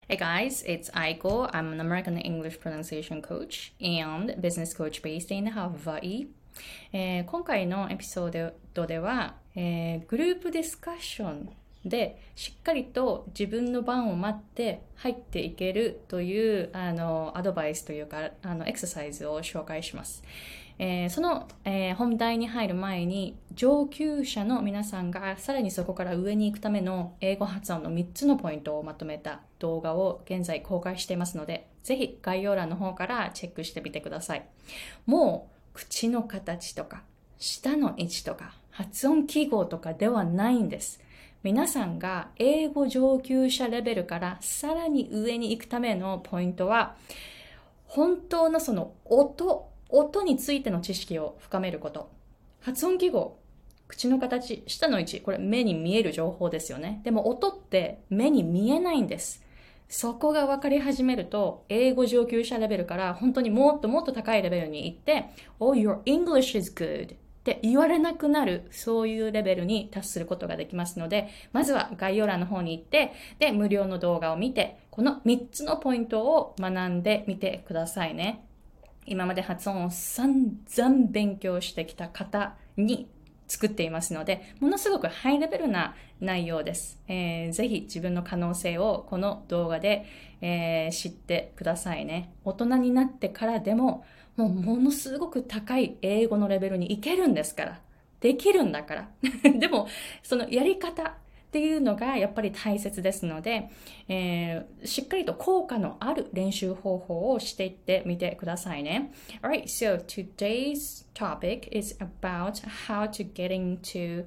Hey guys, it's Aiko. I'm an American English pronunciation coach and business coach based in Hawaii. 今回のエピソードでは、グループディスカッションでしっかりと自分の番を待って入っていけるというアドバイスというかエクササイズを紹介します。その、本題に入る前に上級者の皆さんがさらにそこから上に行くための英語発音の3つのポイントをまとめた動画を現在公開していますので、ぜひ概要欄の方からチェックしてみてください。もう口の形とか舌の位置とか発音記号とかではないんです。皆さんが英語上級者レベルからさらに上に行くためのポイントは、本当のその音についての知識を深めること。発音記号、口の形、舌の位置、これ目に見える情報ですよね。でも音って目に見えないんです。そこが分かり始めると、英語上級者レベルから本当にもっともっと高いレベルに行って、Oh, your English is good って言われなくなる、そういうレベルに達することができますので、まずは概要欄の方に行って、で、無料の動画を見て、この3つのポイントを学んでみてくださいね。今まで発音を散々勉強してきた方に作っていますので、ものすごくハイレベルな内容です。ぜひ自分の可能性をこの動画で、知ってくださいね。大人になってからでも、ものすごく高い英語のレベルに行けるんですから。できるんだから。でも、そのやり方っていうのがやっぱり大切ですので、しっかりと効果のある練習方法をしていってみてくださいね。Alright, so today's topic is about how to get into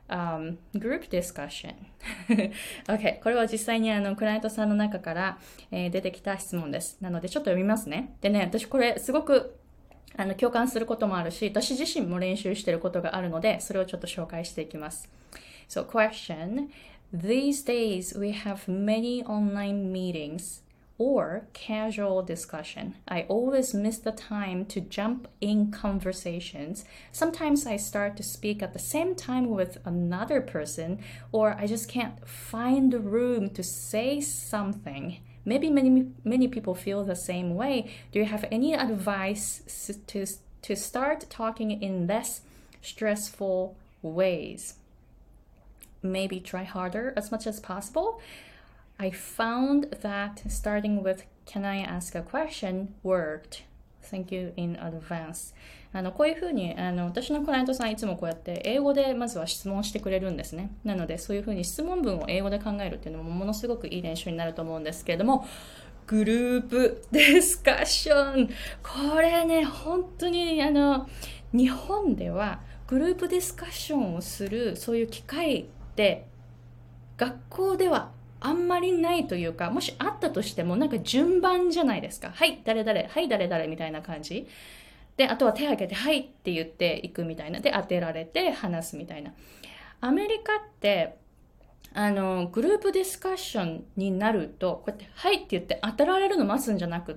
group discussion. Okay, これは実際にクライアントさんの中から、出てきた質問です。なのでちょっと読みますね。でね、私これすごく共感することもあるし、私自身も練習していることがあるので、それをちょっと紹介していきます。So question, these days we have many online meetings or casual discussion. I always miss the time to jump in conversations. Sometimes I start to speak at the same time with another person, or I just can't find the room to say something. Maybe many people feel the same way. Do you have any advice to start talking in less stressful ways?Maybe try harder as much as possible. I found that starting with "Can I ask a question?" worked. Thank you in advance. こういうふうに私のクライアントさんいつもこうやって英語でまずは質問してくれるんですね。なのでそういうふうに質問文を英語で考えるっていうのもものすごくいい練習になると思うんですけれども、グループディスカッション、これね本当に日本ではグループディスカッションをするそういう機会って学校ではあんまりないというか、もしあったとしてもなんか順番じゃないですか。はい誰々、はい誰々みたいな感じで、あとは手を挙げてはいって言っていくみたいなで、当てられて話すみたいな。アメリカってグループディスカッションになるとこうやってはいって言って当てられるの待つんじゃなくって、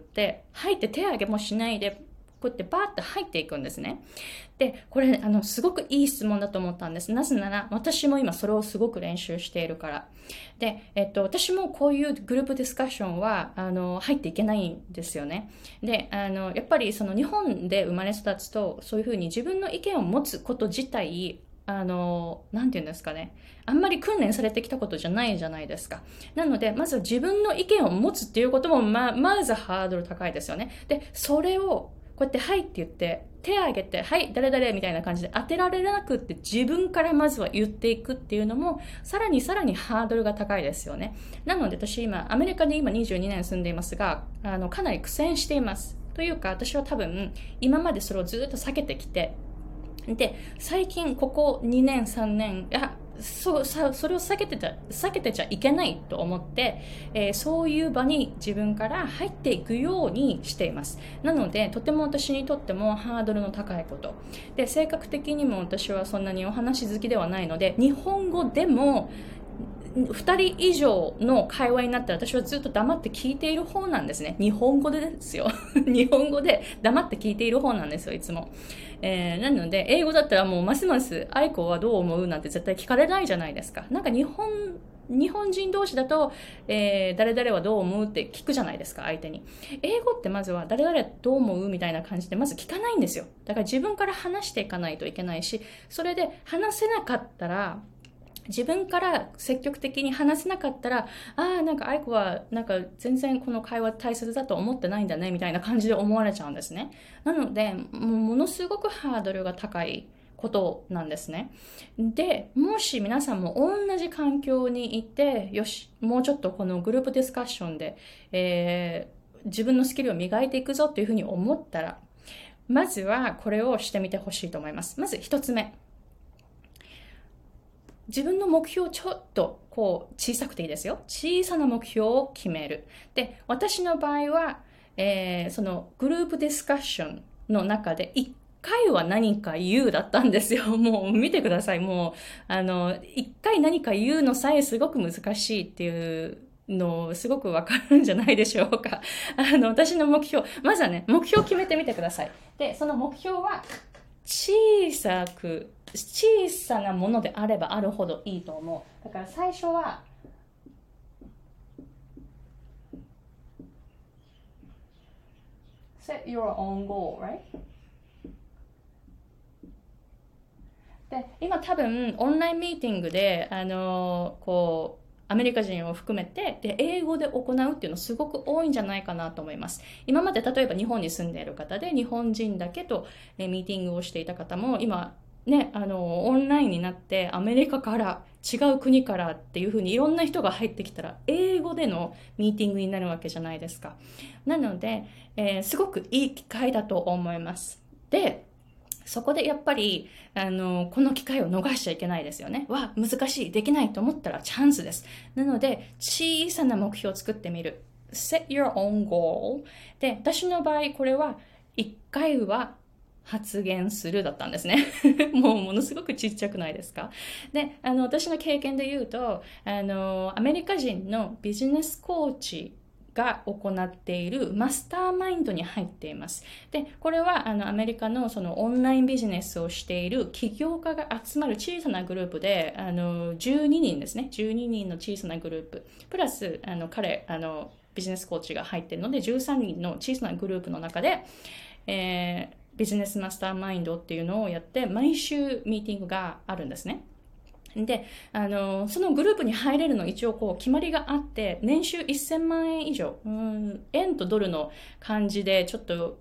はいって手を挙げもしないでこうやってバーッと入っていくんですね。で、これすごくいい質問だと思ったんです。なぜなら私も今それをすごく練習しているから。で、私もこういうグループディスカッションは入っていけないんですよね。で、やっぱりその日本で生まれ育つとそういうふうに自分の意見を持つこと自体なんていうんですかね。あんまり訓練されてきたことじゃないじゃないですか。なので、まずは自分の意見を持つっていうこともまずハードル高いですよね。で、それをこうやってはいって言って手を挙げてはい誰々みたいな感じで当てられなくって自分からまずは言っていくっていうのもさらにハードルが高いですよね。なので私アメリカで今22年住んでいますがかなり苦戦しています。というか私は多分今までそれをずっと避けてきて、で最近ここ2年3年それを避けてちゃいけないと思って、そういう場に自分から入っていくようにしています。なのでとても私にとってもハードルの高いことで、性格的にも私はそんなにお話好きではないので、日本語でも2人以上の会話になったら私はずっと黙って聞いている方なんですね。日本語でですよ。日本語で黙って聞いている方なんですよ、いつも。なので英語だったらもうますます愛子はどう思うなんて絶対聞かれないじゃないですか。なんか日本日本人同士だと、誰々はどう思うって聞くじゃないですか、相手に。英語ってまずは誰々どう思うみたいな感じでまず聞かないんですよ。だから自分から話していかないといけないし、それで話せなかったら、自分から積極的に話せなかったら、なんか愛子はなんか全然この会話大切だと思ってないんだねみたいな感じで思われちゃうんですね。なので、ものすごくハードルが高いことなんですね。で、もし皆さんも同じ環境にいて、よし、もうちょっとこのグループディスカッションで、自分のスキルを磨いていくぞっていうふうに思ったら、まずはこれをしてみてほしいと思います。まず一つ目。自分の目標をちょっと小さくていいですよ。小さな目標を決める。で、私の場合は、そのグループディスカッションの中で1回は何か言うだったんですよ。もう見てください。もう、1回何か言うのさえすごく難しいっていうのすごくわかるんじゃないでしょうか。私の目標、まずはね、目標を決めてみてください。で、その目標は小さなものであればあるほどいいと思う。だから最初は、set your own goal, right? で、今多分オンラインミーティングで、アメリカ人を含めてで英語で行うっていうのすごく多いんじゃないかなと思います。今まで例えば日本に住んでいる方で日本人だけとミーティングをしていた方も今ね、オンラインになってアメリカから違う国からっていう風にいろんな人が入ってきたら英語でのミーティングになるわけじゃないですか。なので、すごくいい機会だと思います。で、そこでやっぱり、この機会を逃しちゃいけないですよね。難しい、できないと思ったらチャンスです。なので、小さな目標を作ってみる。set your own goal。で、私の場合、これは、1回は発言するだったんですね。もうものすごくちっちゃくないですか？で、私の経験で言うと、アメリカ人のビジネスコーチが行っているマスターマインドに入っています。で、これはアメリカのそのオンラインビジネスをしている起業家が集まる小さなグループで、12人ですね。12人の小さなグループ。プラス、ビジネスコーチが入っているので、13人の小さなグループの中で、ビジネスマスターマインドっていうのをやって、毎週ミーティングがあるんですね。で、そのグループに入れるの一応決まりがあって、年収1000万円以上、円とドルの感じでちょっと、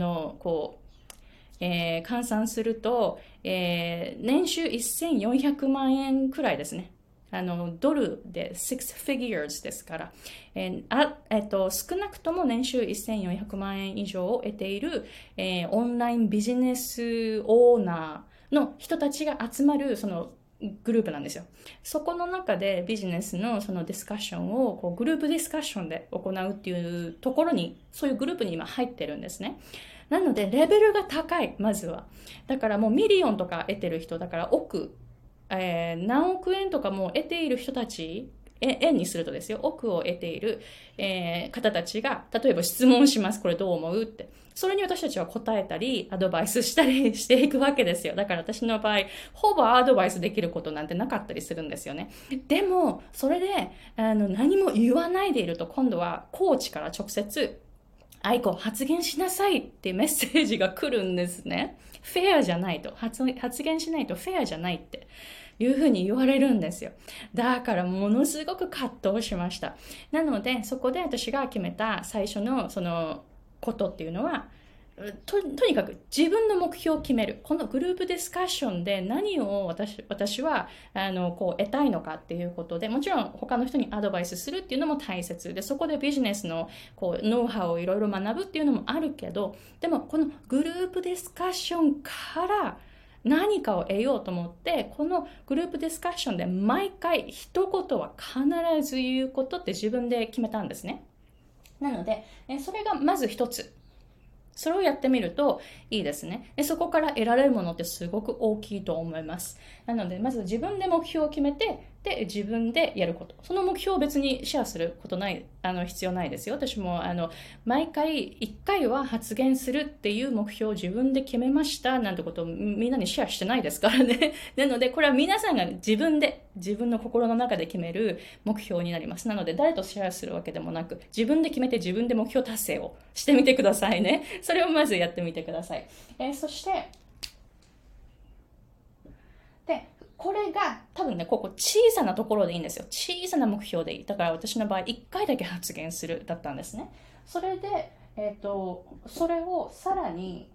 換算すると、年収1400万円くらいですね。ドルで6 figures ですから、少なくとも年収1400万円以上を得ている、オンラインビジネスオーナーの人たちが集まる、そのグループなんですよ。そこの中でビジネスのそのディスカッションをグループディスカッションで行うっていうところに、そういうグループに今入ってるんですね。なのでレベルが高い、まずは。だからもうミリオンとか得てる人、だから何億円とかも得ている人たち、円にするとですよ、億を得ている、方たちが、例えば質問します。これどう思うって。それに私たちは答えたり、アドバイスしたりしていくわけですよ。だから私の場合、ほぼアドバイスできることなんてなかったりするんですよね。でも、それで、何も言わないでいると、今度はコーチから直接、愛子発言しなさいってメッセージが来るんですね。フェアじゃないと。発言しないとフェアじゃないっていうふうに言われるんですよ。だからものすごく葛藤しました。なので、そこで私が決めた最初のそのことっていうのは、とにかく自分の目標を決める。このグループディスカッションで何を私は得たいのかっていうことで、もちろん他の人にアドバイスするっていうのも大切で、そこでビジネスのノウハウをいろいろ学ぶっていうのもあるけど、でもこのグループディスカッションから何かを得ようと思って、このグループディスカッションで毎回一言は必ず言うことって自分で決めたんですね。なので、それがまず一つ。それをやってみるといいですね。そこから得られるものってすごく大きいと思います。なので、まず自分で目標を決めて、 で、自分でやること。その目標を別にシェアすることない、必要ないですよ。私も、毎回、1回は発言するっていう目標を自分で決めました、なんてことをみんなにシェアしてないですからね。なので、これは皆さんが自分の心の中で決める目標になります。なので、誰とシェアするわけでもなく、自分で決めて自分で目標達成をしてみてくださいね。それをまずやってみてください。そして、で、これが多分ね、ここ小さなところでいいんですよ。小さな目標でいい。だから私の場合、1回だけ発言するだったんですね。それで、それをさらに、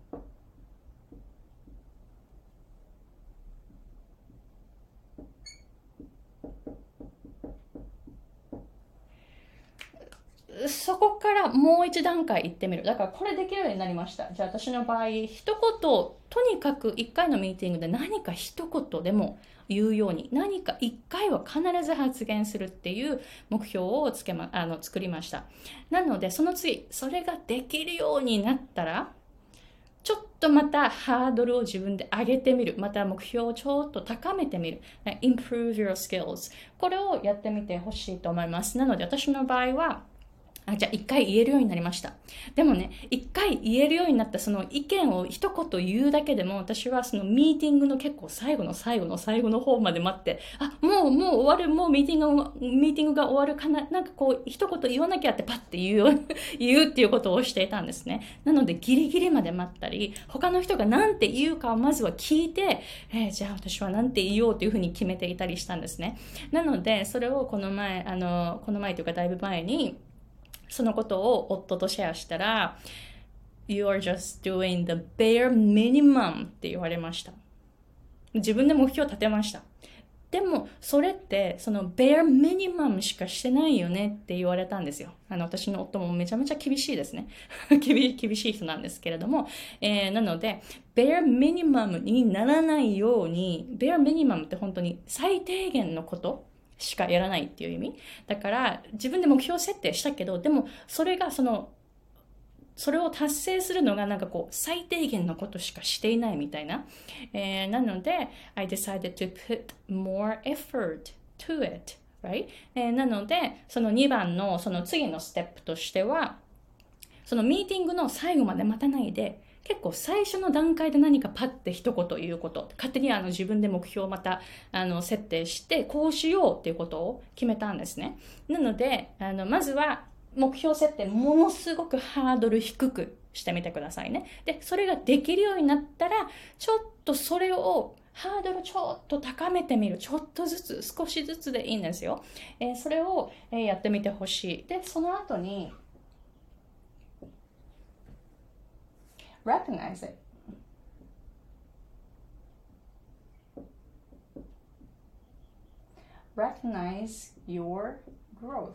そこからもう一段階行ってみる。だからこれできるようになりました。じゃあ私の場合、一言、とにかく一回のミーティングで何か一言でも言うように、何か一回は必ず発言するっていう目標を作りました。なので、その次、それができるようになったら、ちょっとまたハードルを自分で上げてみる。また目標をちょっと高めてみる。improve your skills。これをやってみてほしいと思います。なので私の場合は、じゃあ一回言えるようになりました。でもね、一回言えるようになったその意見を一言言うだけでも、私はそのミーティングの結構最後の方まで待って、もう終わる、もうミーティングが終わるかな、なんかこう一言言わなきゃってパッて言うっていうことをしていたんですね。なのでギリギリまで待ったり、他の人が何て言うかをまずは聞いて、じゃあ私は何て言おうというふうに決めていたりしたんですね。なので、それをこの前というかだいぶ前に、そのことを夫とシェアしたら、You are just doing the bare minimum って言われました。自分で目標を立てました。でも、それって、その bare minimum しかしてないよねって言われたんですよ。私の夫もめちゃめちゃ厳しいですね。厳しい人なんですけれども。なので、bare minimum にならないように、bare minimum って本当に最低限のことしかやらないっていう意味。だから自分で目標設定したけど、でもそれがそれを達成するのがなんかこう最低限のことしかしていないみたいな。なので、I decided to put more effort to it, right? なので、その2番のその次のステップとしては、そのミーティングの最後まで待たないで、結構最初の段階で何かパッて一言言うこと。勝手に自分で目標をまた設定して、こうしようっていうことを決めたんですね。なので、まずは目標設定ものすごくハードル低くしてみてくださいね。で、それができるようになったら、ちょっとそれをハードルちょっと高めてみる。ちょっとずつ、少しずつでいいんですよ。それをやってみてほしい。で、その後に、recognize it. Recognize your growth.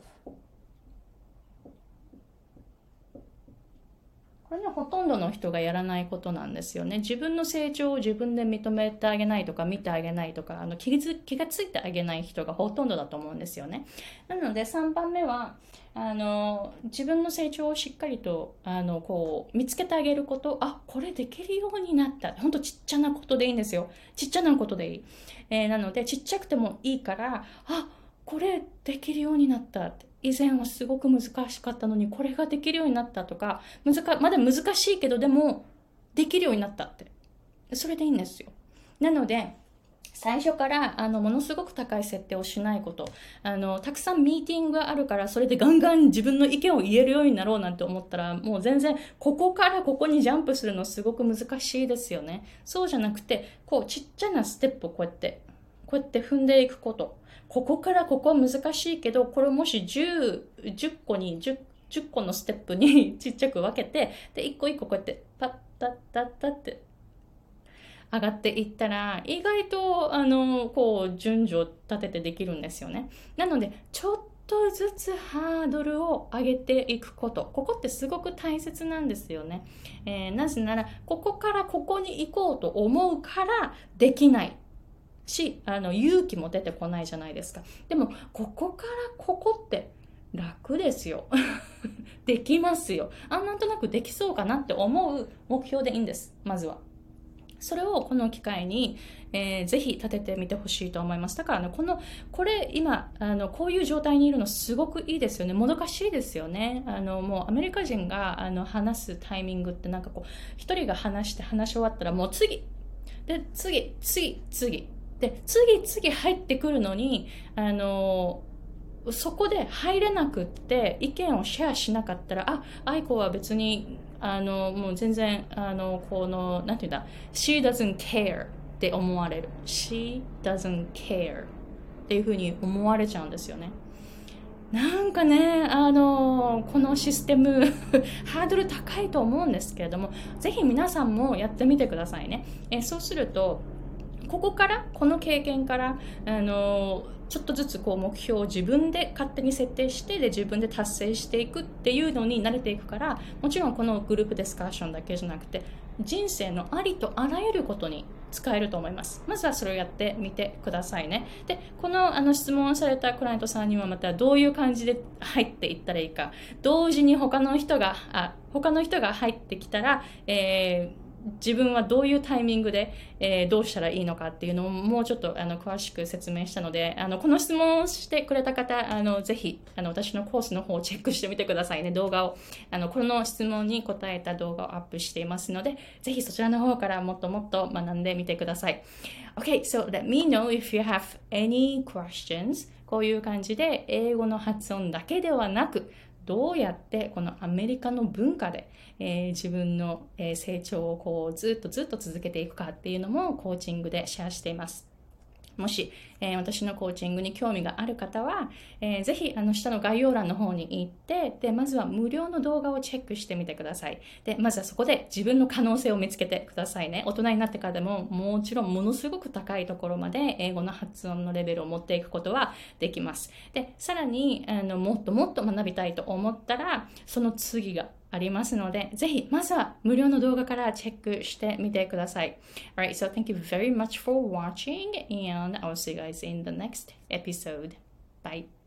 これね、ほとんどの人がやらないことなんですよね。自分の成長を自分で認めてあげないとか、見てあげないとか、気がついてあげない人がほとんどだと思うんですよね。なので、3番目は、自分の成長をしっかりと、こう、見つけてあげること、これできるようになった。ほんとちっちゃなことでいいんですよ。ちっちゃなことでいい。なので、ちっちゃくてもいいから、これできるようになったって。以前はすごく難しかったのにこれができるようになったとか、まだ難しいけどでもできるようになったって。それでいいんですよ。なので、最初からものすごく高い設定をしないこと。たくさんミーティングがあるからそれでガンガン自分の意見を言えるようになろうなんて思ったら、もう全然ここからここにジャンプするのすごく難しいですよね。そうじゃなくて、こうちっちゃなステップをこうやって踏んでいくこと。ここからここは難しいけど、これもし10個のステップにちっちゃく分けて、で、一個一個こうやって、パッタッタッタって上がっていったら、意外と、こう、順序を立ててできるんですよね。なので、ちょっとずつハードルを上げていくこと。ここってすごく大切なんですよね。なぜなら、ここからここに行こうと思うからできない。勇気も出てこないじゃないですか。でも、ここからここって楽ですよ。できますよ。なんとなくできそうかなって思う目標でいいんです。まずは。 それをこの機会に、ぜひ立ててみてほしいと思います。だからこれ今こういう状態にいるのすごくいいですよね。もどかしいですよね。もうアメリカ人が話すタイミングってなんかこう一人が話して話し終わったらもう次で次で次入ってくるのにそこで入れなくって意見をシェアしなかったら、愛子は別にもう全然なんていうんだ She doesn't care って思われる。 She doesn't care っていうふうに思われちゃうんですよね。なんかね、このシステムハードル高いと思うんですけれども、ぜひ皆さんもやってみてくださいね。そうするとこの経験からちょっとずつこう目標を自分で勝手に設定して自分で達成していくっていうのに慣れていくから、もちろんこのグループディスカッションだけじゃなくて人生のありとあらゆることに使えると思います。まずはそれをやってみてくださいね。で、この質問されたクライアントさんにはまたどういう感じで入っていったらいいか、同時に他の人が入ってきたら、自分はどういうタイミングで、どうしたらいいのかっていうのをもうちょっと詳しく説明したので、この質問をしてくれた方ぜひ私のコースの方をチェックしてみてくださいね。動画をこの質問に答えた動画をアップしていますので、ぜひそちらの方からもっともっと学んでみてください。 Okay, so let me know if you have any questions. こういう感じで英語の発音だけではなく、どうやってこのアメリカの文化で、自分の、成長をこうずっと続けていくかっていうのもコーチングでシェアしています。もし、私のコーチングに興味がある方は、ぜひ下の概要欄の方に行って、でまずは無料の動画をチェックしてみてください。でまずはそこで自分の可能性を見つけてくださいね。大人になってからでももちろんものすごく高いところまで英語の発音のレベルを持っていくことはできます。でさらにもっともっと学びたいと思ったら、その次がありますので、ぜひまずは無料の動画からチェックしてみてください。Alright, so thank you very much for watching and I'll see you guys in the next episode. Bye.